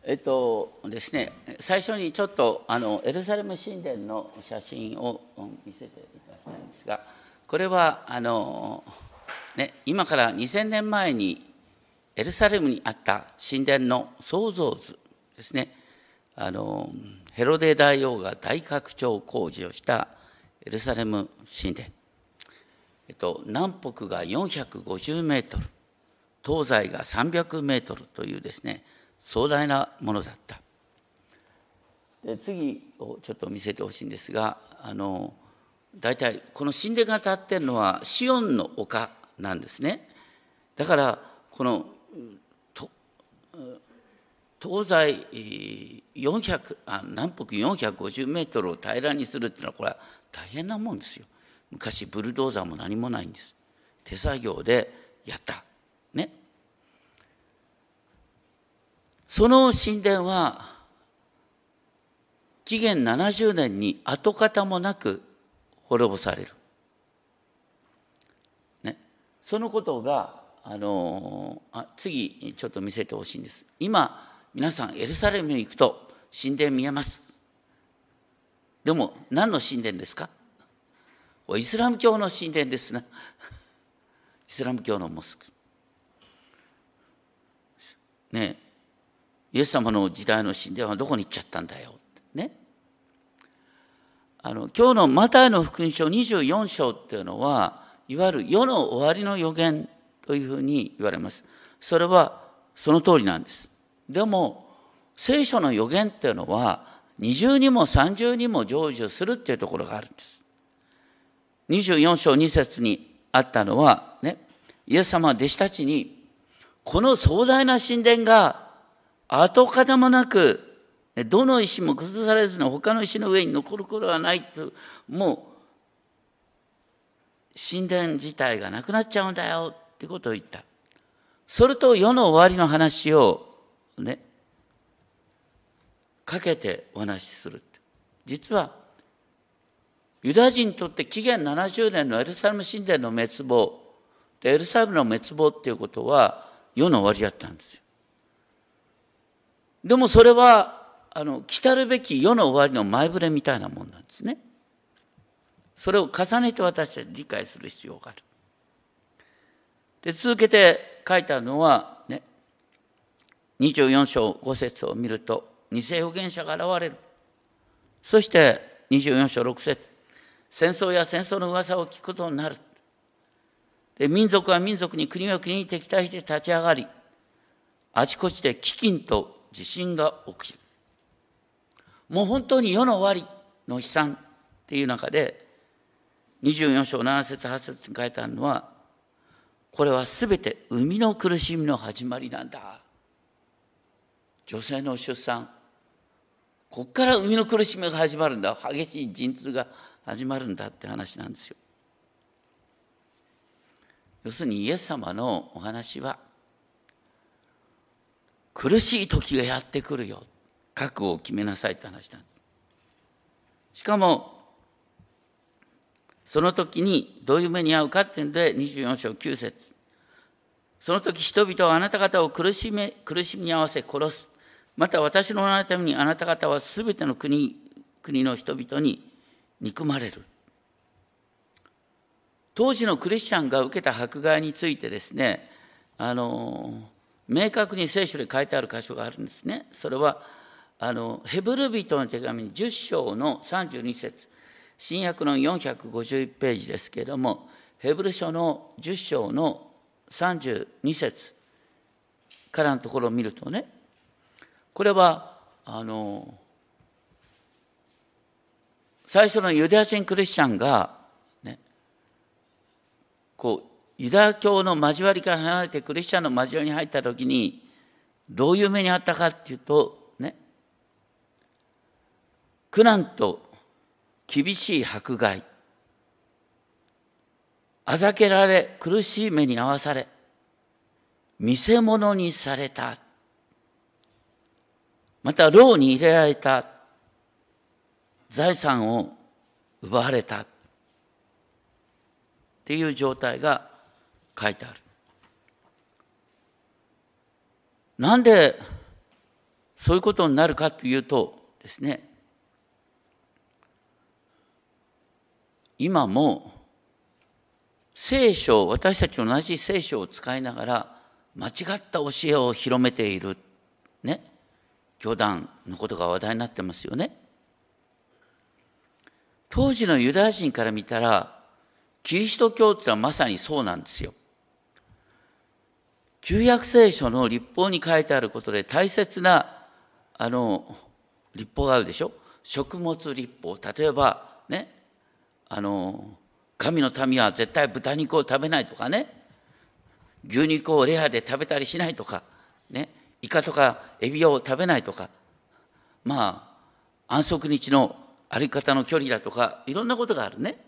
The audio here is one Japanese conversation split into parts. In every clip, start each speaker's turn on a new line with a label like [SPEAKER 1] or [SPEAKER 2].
[SPEAKER 1] ですね、最初にちょっとエルサレム神殿の写真を見せていただきたいんですが、これは今から2000年前にエルサレムにあった神殿の創造図ですね。ヘロデ大王が大拡張工事をしたエルサレム神殿。南北が450メートル、東西が300メートルというですね、壮大なものだった。で次をちょっと見せてほしいんですが、大体この神殿が建っているのはシオンの丘なんですね。だからこの東西400南北450メートルを平らにするっていうのはこれは大変なもんですよ。昔ブルドーザーも何もないんです。手作業でやったね。その神殿は紀元70年に跡形もなく滅ぼされる。ね、そのことが次ちょっと見せてほしいんです。今皆さんエルサレムに行くと神殿見えます。でも何の神殿ですか？イスラム教の神殿ですな。イスラム教のモスク。ねえ、イエス様の時代の神殿はどこに行っちゃったんだよ。ね。今日のマタイの福音書24章っていうのは、いわゆる世の終わりの予言というふうに言われます。それはその通りなんです。でも、聖書の予言っていうのは、二重にも三重にも成就するっていうところがあるんです。24章2節にあったのは、ね、イエス様は弟子たちに、この壮大な神殿が跡形もなく、どの石も崩されずに他の石の上に残ることはないと、もう神殿自体がなくなっちゃうんだよってことを言った。それと世の終わりの話をね、かけてお話しする。実はユダヤ人にとって紀元70年のエルサレム神殿の滅亡、エルサレムの滅亡っていうことは世の終わりだったんですよ。でもそれは来たるべき世の終わりの前触れみたいなもんなんですね。それを重ねて私たち理解する必要がある。で続けて書いてあるのはね、24章5節を見ると、偽預言者が現れる。そして24章6節、戦争や戦争の噂を聞くことになる。で民族は民族に、国は国に敵対して立ち上がり、あちこちで飢饉と地震が起きる。もう本当に世の終わりの悲惨っていう中で、24章7節8節に書いてあるのは、これはすべて生みの苦しみの始まりなんだ。女性の出産、ここから生みの苦しみが始まるんだ。激しい陣痛が始まるんだって話なんですよ。要するにイエス様のお話は、苦しい時がやってくるよ。覚悟を決めなさいって話なんです。しかも、その時にどういう目に遭うかっていうので、24章9節。その時人々はあなた方を苦しみに合わせ殺す。また私の名のためにあなた方はすべての国の人々に憎まれる。当時のクリスチャンが受けた迫害についてですね、明確に聖書で書いてある箇所があるんですね。それはヘブル人の手紙10章の32節、新約の451ページですけれども、ヘブル書の10章の32節からのところを見るとね、これは最初のユダヤ人クリスチャンがね、ユダヤ教の交わりから離れてクリスチャンの交わりに入ったときにどういう目にあったかっていうとね、苦難と厳しい迫害、あざけられ苦しい目に遭わされ、見せ物にされた、また牢に入れられた、財産を奪われたっていう状態が書いてある。なんでそういうことになるかというとですね、今も聖書、私たち同じ聖書を使いながら間違った教えを広めているね、教団のことが話題になってますよね。当時のユダヤ人から見たらキリスト教っていうのはまさにそうなんですよ。旧約聖書の律法に書いてあることで大切な律法があるでしょ。食物律法、例えばね、神の民は絶対豚肉を食べないとかね、牛肉をレアで食べたりしないとかね、イカとかエビを食べないとか、安息日の歩き方の距離だとか、いろんなことがあるね。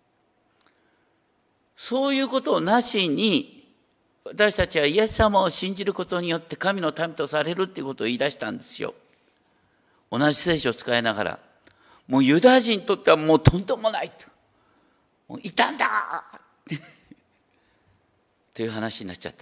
[SPEAKER 1] そういうことをなしに、私たちはイエス様を信じることによって神の民とされるっていうことを言い出したんですよ。同じ聖書を使いながら。もうユダヤ人にとってはもうとんでもないと。もういたんだという話になっちゃった。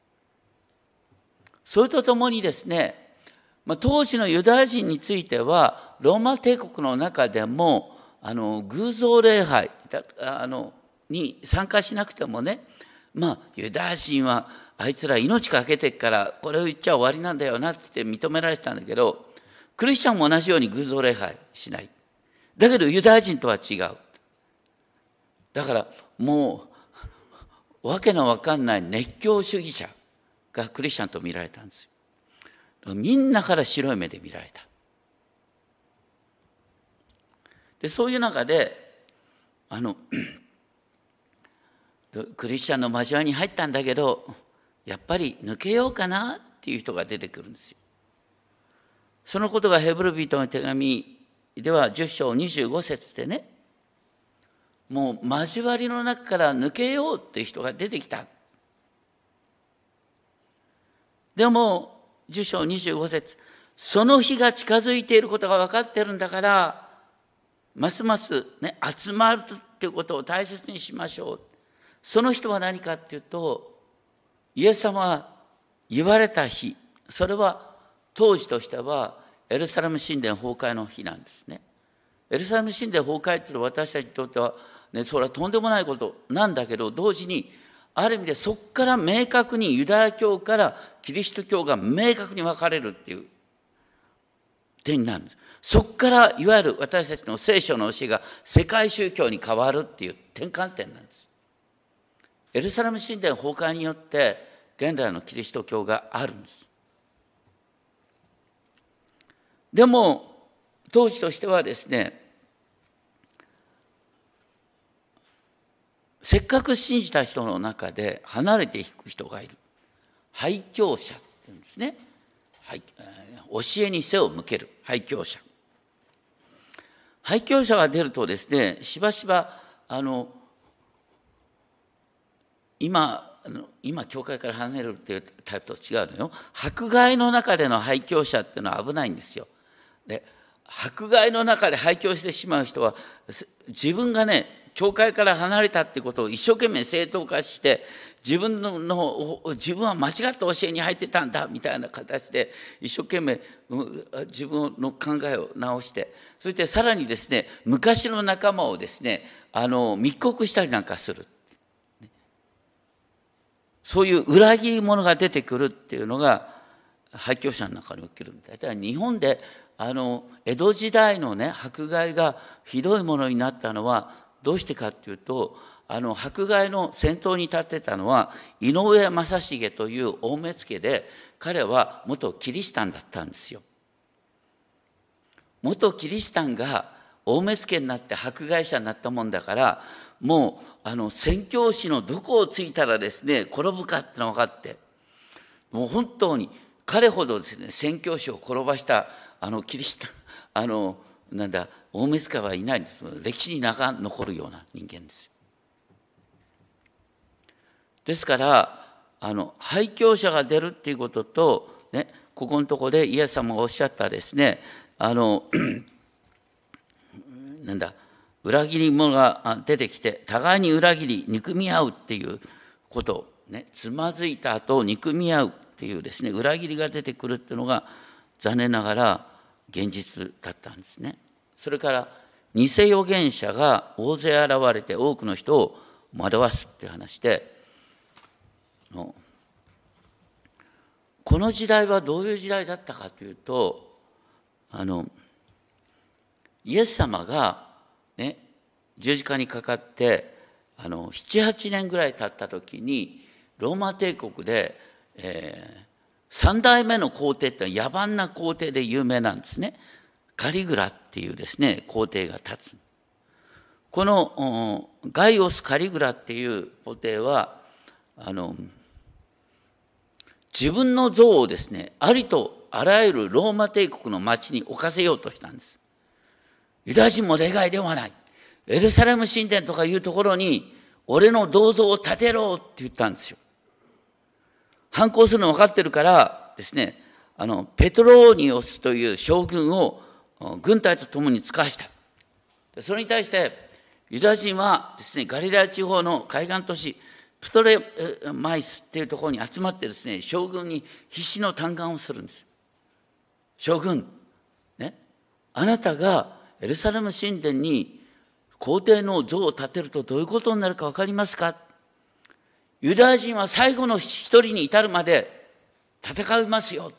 [SPEAKER 1] それとともにですね、当時のユダヤ人についてはローマ帝国の中でも偶像礼拝に参加しなくてもね、ユダヤ人はあいつら命かけてっからこれを言っちゃ終わりなんだよなって認められてたんだけど、クリスチャンも同じように偶像礼拝しない。だけどユダヤ人とは違う。だからもうわけのわかんない熱狂主義者がクリスチャンと見られたんですよ。みんなから白い目で見られた。でそういう中でクリスチャンの交わりに入ったんだけどやっぱり抜けようかなっていう人が出てくるんですよ。そのことがヘブル人の手紙では10章25節でね、もう交わりの中から抜けようっていう人が出てきた。でも10章25節、その日が近づいていることが分かってるんだからますますね集まるっていうことを大切にしましょう。その人は何かっていうと、イエス様が言われた日、それは当時としてはエルサレム神殿崩壊の日なんですね。エルサレム神殿崩壊っていうのは私たちにとっては、それはとんでもないことなんだけど、同時にある意味でそこから明確にユダヤ教からキリスト教が明確に分かれるっていう点になるんです。そこからいわゆる私たちの聖書の教えが世界宗教に変わるっていう転換点なんです。エルサレム神殿崩壊によって現代のキリスト教があるんです。でも当時としてはですね、せっかく信じた人の中で離れていく人がいる。廃教者って言うんですね。教えに背を向ける廃教者。廃教者が出るとですね、しばしば今教会から離れるっていうタイプと違うのよ。迫害の中での廃教者っていうのは危ないんですよ。で、迫害の中で廃教してしまう人は自分がね教会から離れたってことを一生懸命正当化して自分は間違った教えに入ってたんだみたいな形で一生懸命自分の考えを直して、そしてさらにですね昔の仲間をですね密告したりなんかする。そういう裏切り者が出てくるっていうのが廃教者の中に起きるみたい。だから日本で江戸時代のね迫害がひどいものになったのはどうしてかっていうと、迫害の先頭に立ってたのは井上正成という大目付で、彼は元キリシタンだったんですよ。元キリシタンが大目付になって迫害者になったもんだから、もう宣教師のどこをついたらですね転ぶかってのが分かって、もう本当に彼ほどですね宣教師を転ばしたキリシタン大目付はいないんです。歴史に残るような人間ですよ。ですから廃教者が出るっていうこととね、ここのところでイエス様がおっしゃったですね裏切り者が出てきて互いに裏切り憎み合うっていうことをね、つまずいた後憎み合うっていうですね裏切りが出てくるっていうのが残念ながら現実だったんですね。それから偽預言者が大勢現れて多くの人を惑わすっていう話で、この時代はどういう時代だったかというと、イエス様がね、十字架にかかって7、8年ぐらい経った時にローマ帝国で、3代目の皇帝って野蛮な皇帝で有名なんですね。カリグラっていうですね皇帝が立つ。このガイオス・カリグラっていう皇帝は自分の像をですねありとあらゆるローマ帝国の町に置かせようとしたんです。ユダヤ人も例外ではない。エルサレム神殿とかいうところに俺の銅像を建てろって言ったんですよ。反抗するの分かってるからですね、ペトローニオスという将軍を軍隊と共に使わした。それに対してユダヤ人はですね、ガリラヤ地方の海岸都市プトレマイスっていうところに集まってですね、将軍に必死の嘆願をするんです。将軍、ね、あなたがエルサレム神殿に皇帝の像を建てるとどういうことになるか分かりますか。ユダヤ人は最後の一人に至るまで戦いますよ。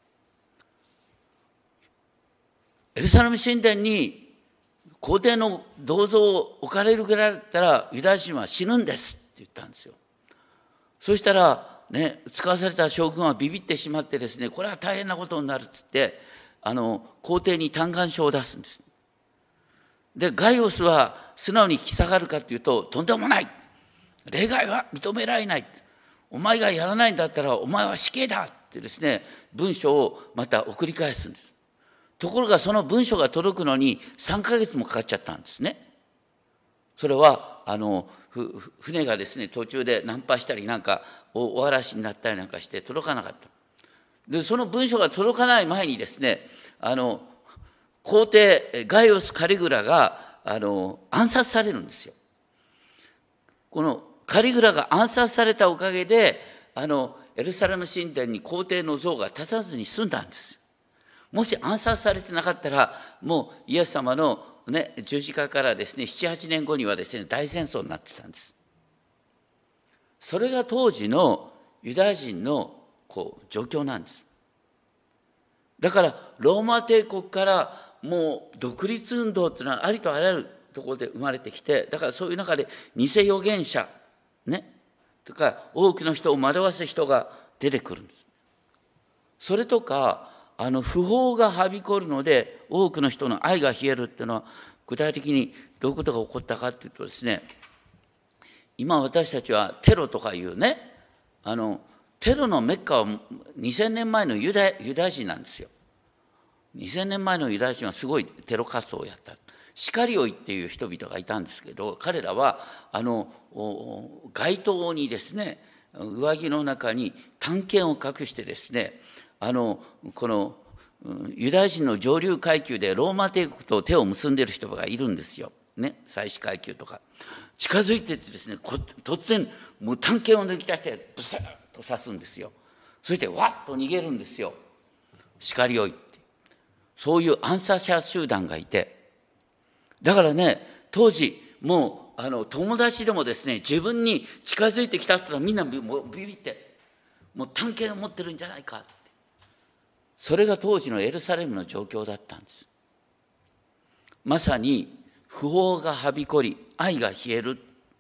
[SPEAKER 1] エルサレム神殿に皇帝の銅像を置かれるぐらいだったらユダヤ人は死ぬんですって言ったんですよ。そしたらね、使わされた将軍はビビってしまってですね、これは大変なことになるって言って皇帝に嘆願書を出すんです。でガイオスは素直に引き下がるかというと、とんでもない、例外は認められない、お前がやらないんだったらお前は死刑だってですね文書をまた送り返すんです。ところがその文書が届くのに3ヶ月もかかっちゃったんですね。それは船がですね途中で難破したりなんか大嵐になったりなんかして届かなかった。でその文書が届かない前にですね皇帝ガイオス・カリグラが暗殺されるんですよ。このカリグラが暗殺されたおかげでエルサレム神殿に皇帝の像が立たずに済んだんです。もし暗殺されてなかったらもうイエス様の、ね、十字架からですね7、8年後にはですね大戦争になってたんです。それが当時のユダヤ人の状況なんです。だからローマ帝国からもう独立運動っていうのはありとあらゆるところで生まれてきて、だからそういう中で偽預言者ねとか多くの人を惑わす人が出てくるんです。それとか不法がはびこるので多くの人の愛が冷えるっていうのは具体的にどういうことが起こったかっていうとですね、今私たちはテロとかいうねテロのメッカは2000年前のユダヤ人なんですよ。2000年前のユダヤ人はすごいテロ活動をやった。シカリオイっていう人々がいたんですけど、彼らは街灯にですね上着の中に短剣を隠してですねこのユダヤ人の上流階級でローマ帝国と手を結んでいる人がいるんですよ。ね、祭司階級とか近づいていってですね突然もう短剣を抜き出してブスッと刺すんですよ。そしてわっと逃げるんですよ。シカリオイってそういう暗殺者集団がいて、だからね当時もう友達でもですね自分に近づいてきた人はみんなもうビビってもう短剣を持ってるんじゃないかって、それが当時のエルサレムの状況だったんです。まさに不法がはびこり愛が冷える、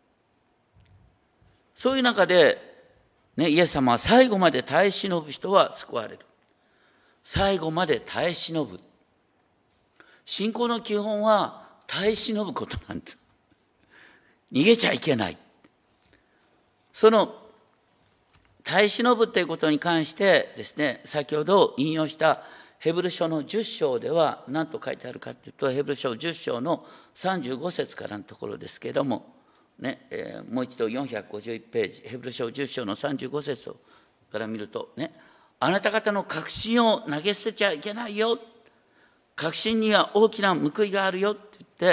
[SPEAKER 1] そういう中で、ね、イエス様は最後まで耐え忍ぶ人は救われる。最後まで耐え忍ぶ。信仰の基本は耐え忍ぶことなんです。逃げちゃいけない。その耐え忍ぶということに関してですね、先ほど引用したヘブル書の10章では何と書いてあるかというと、ヘブル書10章の35節からのところですけれども、ねもう一度451ページ、ヘブル書10章の35節から見るとね、あなた方の確信を投げ捨てちゃいけないよ、確信には大きな報いがあるよって言って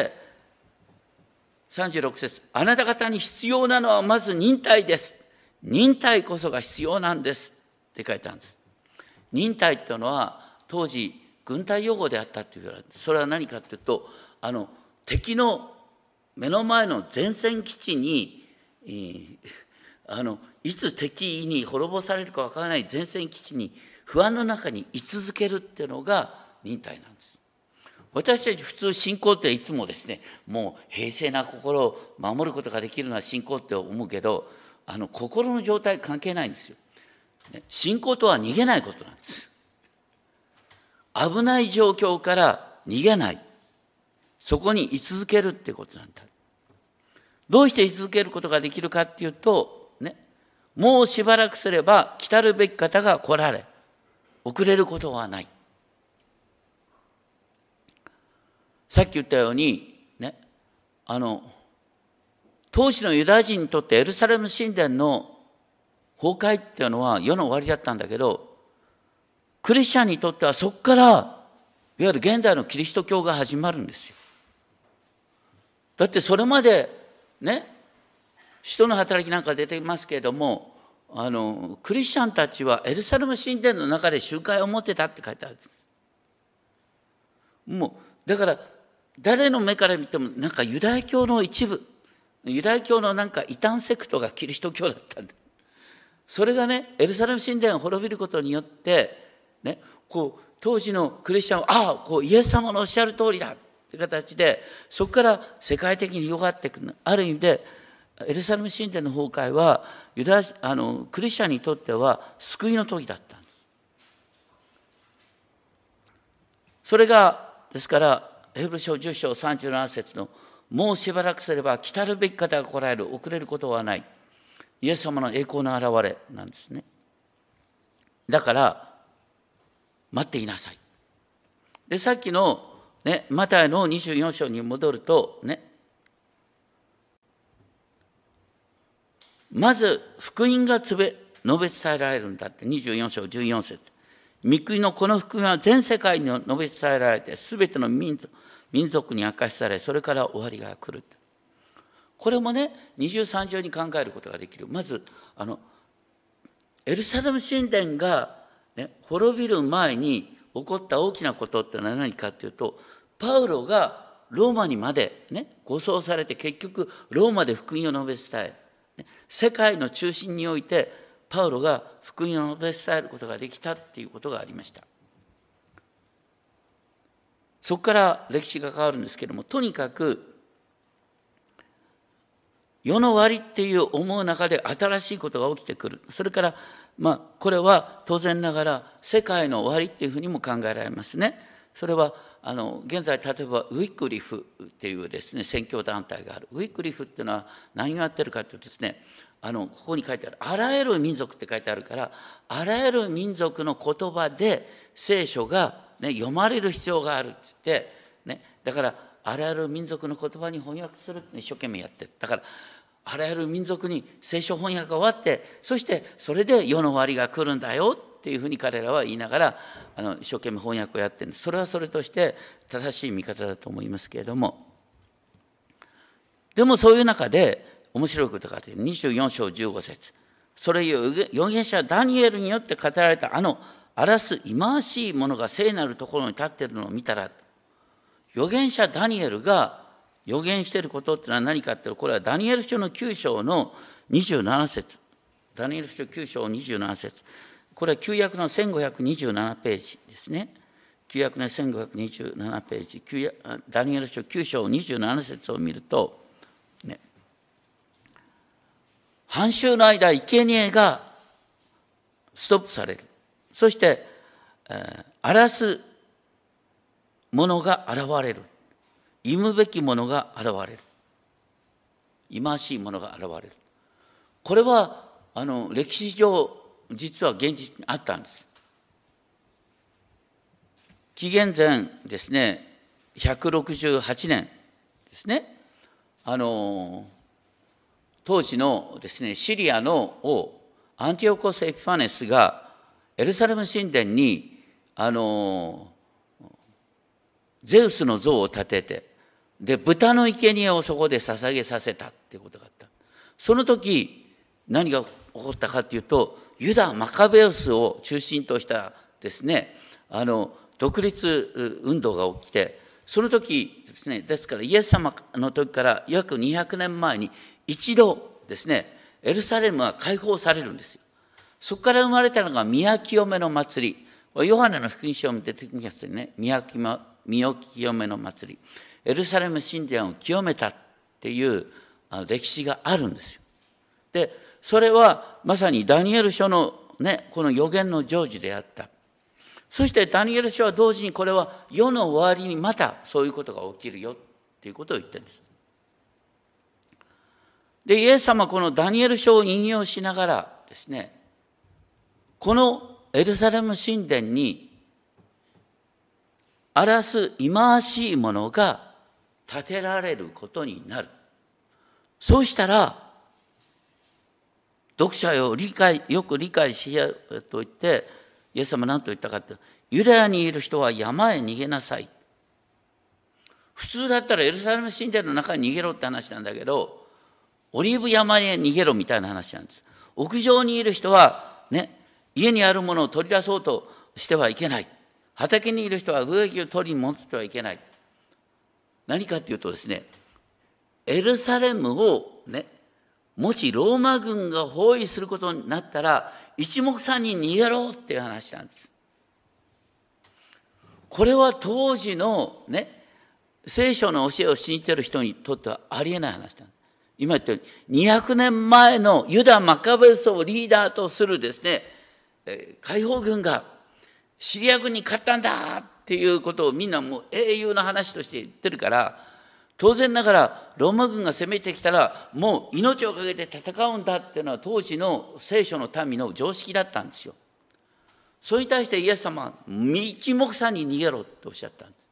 [SPEAKER 1] 、36節、あなた方に必要なのはまず忍耐です。忍耐こそが必要なんですって書いてあるんです。忍耐っていうのは当時軍隊用語であったと言われて、それは何かというと、敵の目の前の前線基地にいつ敵に滅ぼされるか分からない前線基地に不安の中に居続けるっていうのが忍耐なんです。私たち普通信仰っていつもですね、もう平静な心を守ることができるのは信仰って思うけど、心の状態関係ないんですよ。信仰とは逃げないことなんです。危ない状況から逃げない。そこに居続けるってことなんだ。どうして居続けることができるかっていうと、もうしばらくすれば来たるべき方が来られ、遅れることはない。さっき言ったように、当時のユダヤ人にとってエルサレム神殿の崩壊っていうのは世の終わりだったんだけど、クリスチャンにとってはそこからいわゆる現代のキリスト教が始まるんですよ。だってそれまで使徒の働きなんか出てますけれども、クリスチャンたちはエルサレム神殿の中で集会を持ってたって書いてあるんです。もうだから誰の目から見てもなんかユダヤ教の一部、ユダヤ教のなんか異端セクトがキリスト教だったんだ。それがエルサレム神殿が滅びることによって当時のクリスチャンはイエス様のおっしゃる通りだという形で、そこから世界的に広がっていく。ある意味でエルサレム神殿の崩壊はクリスチャンにとっては救いの時だったんです。それがですからヘブル書10章37節のもうしばらくすれば来たるべき方が来られる、遅れることはない、イエス様の栄光の現れなんですね。だから待っていなさい。でさっきのマタイの24章に戻るとまず福音が述べ伝えられるんだって24章14節。御国のこの福音は全世界に述べ伝えられて、すべての民族に明かしされ、それから終わりが来る。これも23条に考えることができる。まずエルサレム神殿が、滅びる前に起こった大きなことってのは何かというと、パウロがローマにまで護送されて、結局ローマで福音を述べ伝え、世界の中心においてパウロが福音を述べ伝えることができたっていうことがありました。そこから歴史が変わるんですけれども、とにかく世の終わりっていう思う中で新しいことが起きてくる。それからこれは当然ながら世界の終わりっていうふうにも考えられますね。それは現在例えばウィクリフっていうですね宣教団体がある。ウィクリフっていうのは何をやってるかというとですね、ここに書いてあるあらゆる民族って書いてあるから、あらゆる民族の言葉で聖書が、読まれる必要があるって言って、だからあらゆる民族の言葉に翻訳するって一生懸命やってる。だからあらゆる民族に聖書翻訳が終わって、そしてそれで世の終わりが来るんだよっていうふうに彼らは言いながら一生懸命翻訳をやってるんです。それはそれとして正しい見方だと思いますけれども、でもそういう中で面白いことがあって、24章15節、それを預言者ダニエルによって語られた荒らす忌まわしいものが聖なるところに立っているのを見たら、預言者ダニエルが予言していることってのは何かっていうと、これはダニエル書の9章の27節。ダニエル書9章27節。これは旧約の1527ページですね。旧約の1527ページ。ダニエル書9章27節を見ると、半秋の間、生贄がストップされる。そして、荒らすものが現れる。忌むべきものが現れる。忌まわしいものが現れる。これは歴史上実は現実にあったんです。紀元前ですね168年ですね、当時のですねシリアの王アンティオコス・エピファネスがエルサレム神殿にゼウスの像を建てて、で豚の生贄をそこで捧げさせたっていうことがあった。その時何が起こったかというと、ユダ・マカベウスを中心としたですね独立運動が起きて、その時ですね、ですからイエス様の時から約200年前に一度ですね、エルサレムは解放されるんですよ。そこから生まれたのが宮清めの祭り。ヨハネの福音書を見て出てきますね。宮清めの祭り。エルサレム神殿を清めたっていう歴史があるんですよ。で、それはまさにダニエル書のね、この預言の成就であった。そしてダニエル書は同時にこれは世の終わりにまたそういうことが起きるよっていうことを言ってるんです。で、イエス様はこのダニエル書を引用しながらですね、このエルサレム神殿に荒らす忌まわしいものが建てられることになる。そうしたら、読者をよく理解しようと言って、イエス様は何と言ったかって、ユダヤにいる人は山へ逃げなさい。普通だったらエルサレム神殿の中に逃げろって話なんだけど、オリーブ山へ逃げろみたいな話なんです。屋上にいる人はね、家にあるものを取り出そうとしてはいけない。畑にいる人は植木を取りに戻ってはいけない。何かっていうとですね、エルサレムをね、もしローマ軍が包囲することになったら、一目散に逃げろっていう話なんです。これは当時のね、聖書の教えを信じている人にとってはありえない話なんです。今言ったように、200年前のユダ・マカベスをリーダーとするですね、解放軍がシリア軍に勝ったんだっていうことをみんなもう英雄の話として言ってるから、当然ながらローマ軍が攻めてきたらもう命をかけて戦うんだっていうのは当時の聖書の民の常識だったんですよ。それに対してイエス様は一目散に逃げろっておっしゃったんです。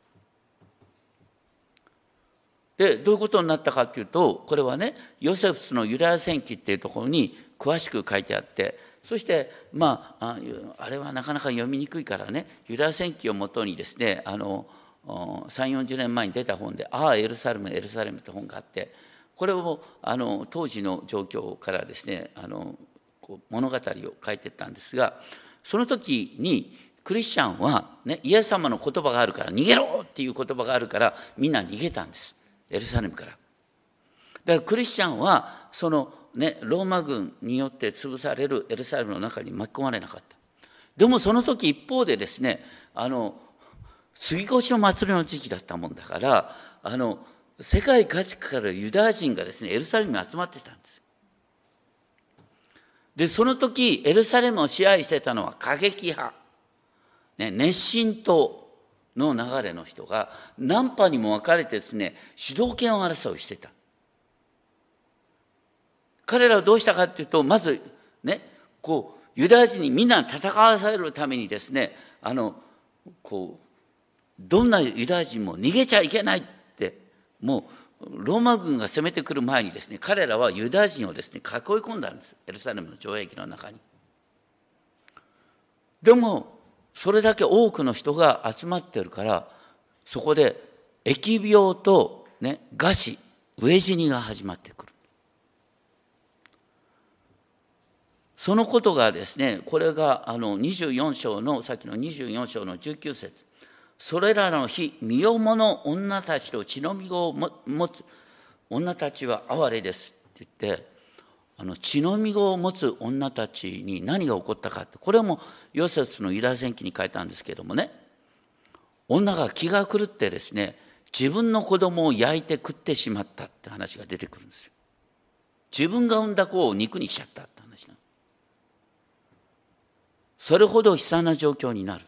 [SPEAKER 1] で、どういうことになったかというと、これはね、ヨセフスのユダヤ戦記っていうところに詳しく書いてあって、そしてあれはなかなか読みにくいからね、ユダヤ戦記をもとにですね、3、40年前に出た本で、エルサレム、エルサレムって本があって、これを当時の状況からですね、物語を書いていったんですが、その時にクリスチャンは、ね、イエス様の言葉があるから逃げろっていう言葉があるからみんな逃げたんです、エルサレムから。だからクリスチャンはそのね、ローマ軍によって潰されるエルサレムの中に巻き込まれなかった。でもその時一方でですね、杉越の祭りの時期だったもんだから、世界各地からユダヤ人がですね、エルサレムに集まってたんです。で、その時エルサレムを支配してたのは過激派、ね、熱心党の流れの人が何派にも分かれてですね、主導権を争いしてた。彼らはどうしたかっていうと、まずね、ユダヤ人にみんな戦わされるためにですね、どんなユダヤ人も逃げちゃいけないって、もうローマ軍が攻めてくる前にですね、彼らはユダヤ人をですね、囲い込んだんです、エルサレムの城壁の中に。でもそれだけ多くの人が集まってるから、そこで疫病とね、餓死、飢え死にが始まってくる。そのことがですね、これが24章の、さっきの24章の19節。それらの日、身重の女たちと血のみ子を持つ女たちは哀れですって言って、血のみ子を持つ女たちに何が起こったかって、これもヨセフスのユダヤ戦記に書いたんですけれどもね、女が気が狂ってですね、自分の子供を焼いて食ってしまったって話が出てくるんですよ。自分が産んだ子を肉にしちゃったって話なの。それほど悲惨な状況になる。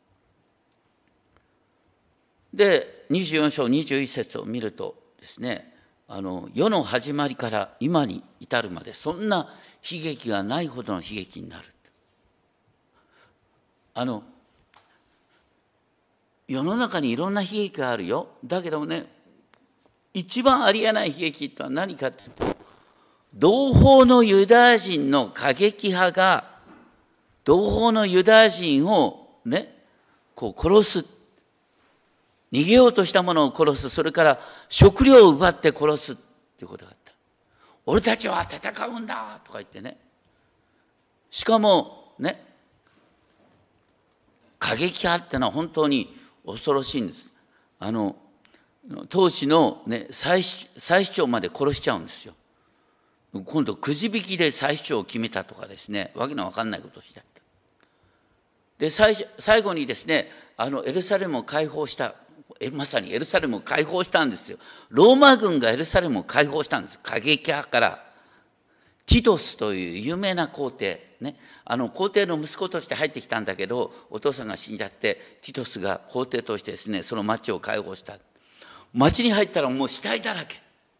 [SPEAKER 1] で、24章21節を見るとですね、世の始まりから今に至るまでそんな悲劇がないほどの悲劇になる。世の中にいろんな悲劇があるよ。だけどね、一番ありえない悲劇とは何かというと、同胞のユダヤ人の過激派が同胞のユダヤ人をね、殺す。逃げようとした者を殺す。それから食料を奪って殺すっていうことがあった。俺たちは戦うんだとか言ってね。しかもね、 過激派っていうのは本当に恐ろしいんです。当時の、ね、祭司長まで殺しちゃうんですよ。今度くじ引きで祭司長を決めたとかですね、わけのわかんないことをしちゃった。で最後にですね、エルサレムを解放した、まさにエルサレムを解放したんですよ。ローマ軍がエルサレムを解放したんです。過激派からティトスという有名な皇帝ね、皇帝の息子として入ってきたんだけど、お父さんが死んじゃってティトスが皇帝としてですね、その町を解放した。町に入ったらもう死体だらけ。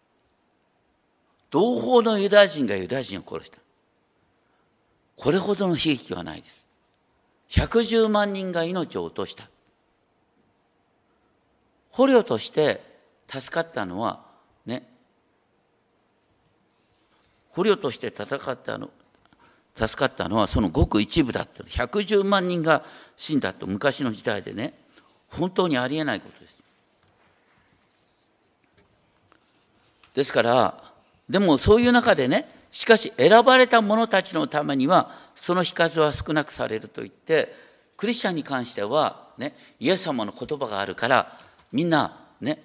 [SPEAKER 1] 同胞のユダヤ人がユダヤ人を殺した。これほどの悲劇はないです。110万人が命を落とした。捕虜として助かったのはね、捕虜として助かったのはそのごく一部だった。110万人が死んだと、昔の時代でね、本当にありえないことです。ですから、でもそういう中でね、しかし選ばれた者たちのためにはその日数は少なくされると言って、クリスチャンに関してはね、イエス様の言葉があるからみんなね、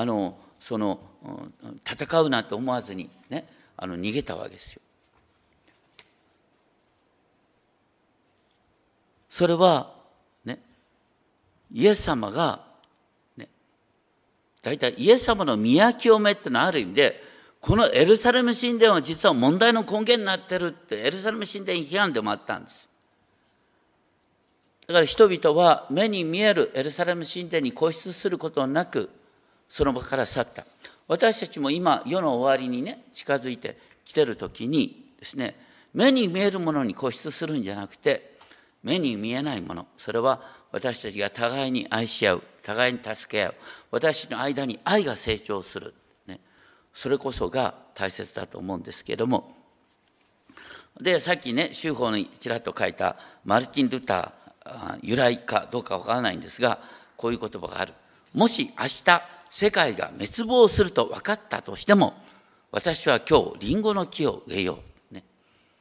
[SPEAKER 1] 戦うなんて思わずにね、逃げたわけですよ。それはね、イエス様がね、大体イエス様の宮清めってのはある意味で、このエルサレム神殿は実は問題の根源になってるって、エルサレム神殿批判でもあったんです。だから人々は目に見えるエルサレム神殿に固執することなく、その場から去った。私たちも今、世の終わりにね、近づいてきてる時にですね、目に見えるものに固執するんじゃなくて、目に見えないもの、それは私たちが互いに愛し合う、互いに助け合う、私の間に愛が成長する。それこそが大切だと思うんですけれども、でさっきね、修法にちらっと書いたマルティン・ルター由来かどうかわからないんですが、こういう言葉がある。もし明日世界が滅亡すると分かったとしても、私は今日リンゴの木を植えよう、ね、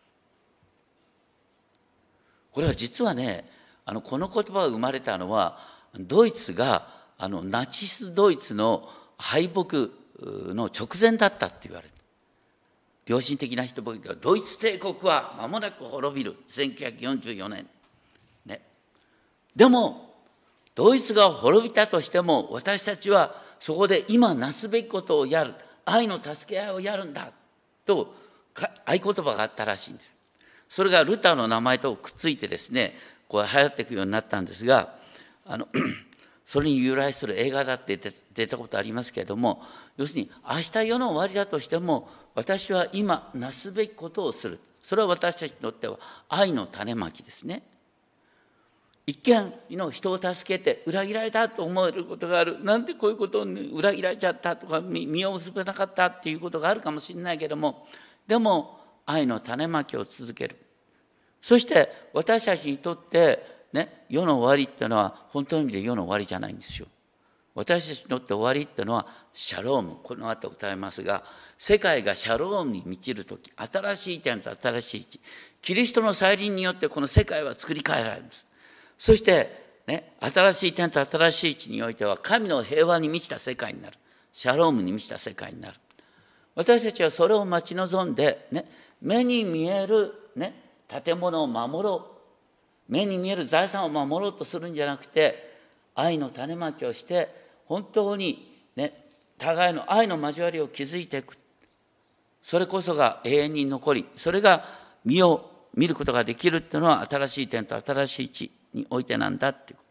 [SPEAKER 1] これは実はね、この言葉が生まれたのは、ドイツがナチスドイツの敗北の直前だったって言われる。良心的な人々が、ドイツ帝国は間もなく滅びる、1944年、ね、でもドイツが滅びたとしても、私たちはそこで今なすべきことをやる、愛の助け合いをやるんだと合言葉があったらしいんです。それがルターの名前とくっついてですね、こう流行っていくようになったんですが、それに由来する映画だって出たことありますけれども、要するに明日世の終わりだとしても、私は今なすべきことをする。それは私たちにとっては愛の種まきですね。一見人を助けて裏切られたと思えることがある。なんでこういうことに裏切られちゃったとか、身を結べなかったっていうことがあるかもしれないけれども、でも愛の種まきを続ける。そして私たちにとってね、世の終わりっていうのは本当の意味で世の終わりじゃないんですよ。私たちにとって終わりっていうのはシャローム、この後歌いますが、世界がシャロームに満ちるとき、新しい天と新しい地、キリストの再臨によってこの世界は作り変えられるんです。そしてね、新しい天と新しい地においては神の平和に満ちた世界になる、シャロームに満ちた世界になる。私たちはそれを待ち望んで、ね、目に見える、ね、建物を守ろう、目に見える財産を守ろうとするんじゃなくて、愛の種まきをして本当にね、互いの愛の交わりを築いていく。それこそが永遠に残り、それが身を見ることができるっていうのは、新しい天と新しい地においてなんだっていうこと。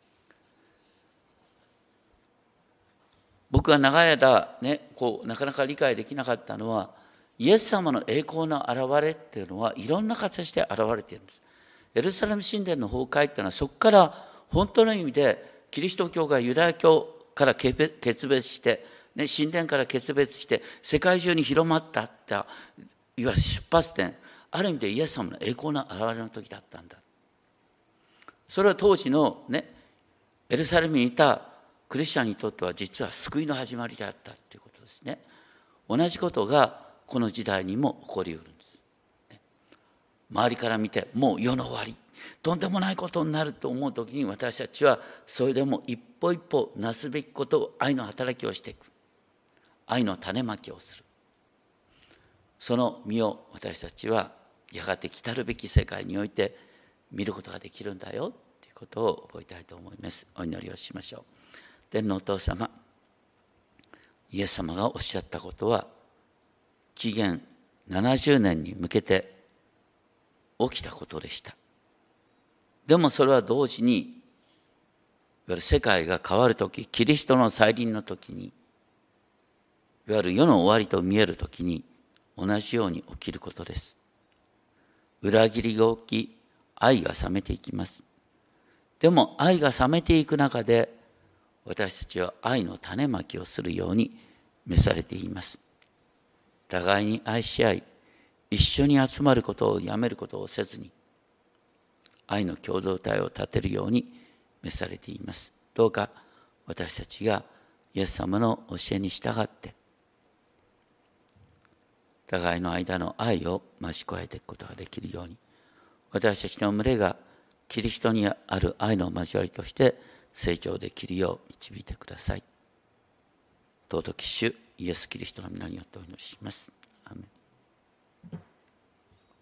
[SPEAKER 1] 僕が長い間ね、なかなか理解できなかったのは、イエス様の栄光の現れっていうのはいろんな形で現れているんです。エルサレム神殿の崩壊っていうのは、そこから本当の意味でキリスト教がユダヤ教から決別して、ね、神殿から決別して世界中に広まったって、いわゆる出発点、ある意味でイエス様の栄光の現れの時だったんだ。それは当時のね、エルサレムにいたクリスチャンにとっては実は救いの始まりであったということですね。同じことがこの時代にも起こりうるんです。周りから見てもう世の終わり、 とんでもないことになると思う時に、私たちはそれでも一歩一歩なすべきことを、愛の働きをしていく、愛の種まきをする。その実を私たちはやがて来たるべき世界において見ることができるんだよということを覚えたいと思います。お祈りをしましょう。天のお父様、イエス様がおっしゃったことは紀元70年に向けて起きたことでした。でもそれは同時に、いわゆる世界が変わるとき、キリストの再臨のときに、いわゆる世の終わりと見えるときに同じように起きることです。裏切りが起き、愛が冷めていきます。でも愛が冷めていく中で、私たちは愛の種まきをするように召されています。互いに愛し合い、一緒に集まることをやめることをせずに、愛の共同体を立てるように召されています。どうか私たちがイエス様の教えに従って、互いの間の愛を増し加えていくことができるように、私たちの群れがキリストにある愛の交わりとして成長できるよう導いてください。尊き主イエス・キリストの皆によってお祈りします。アーメン。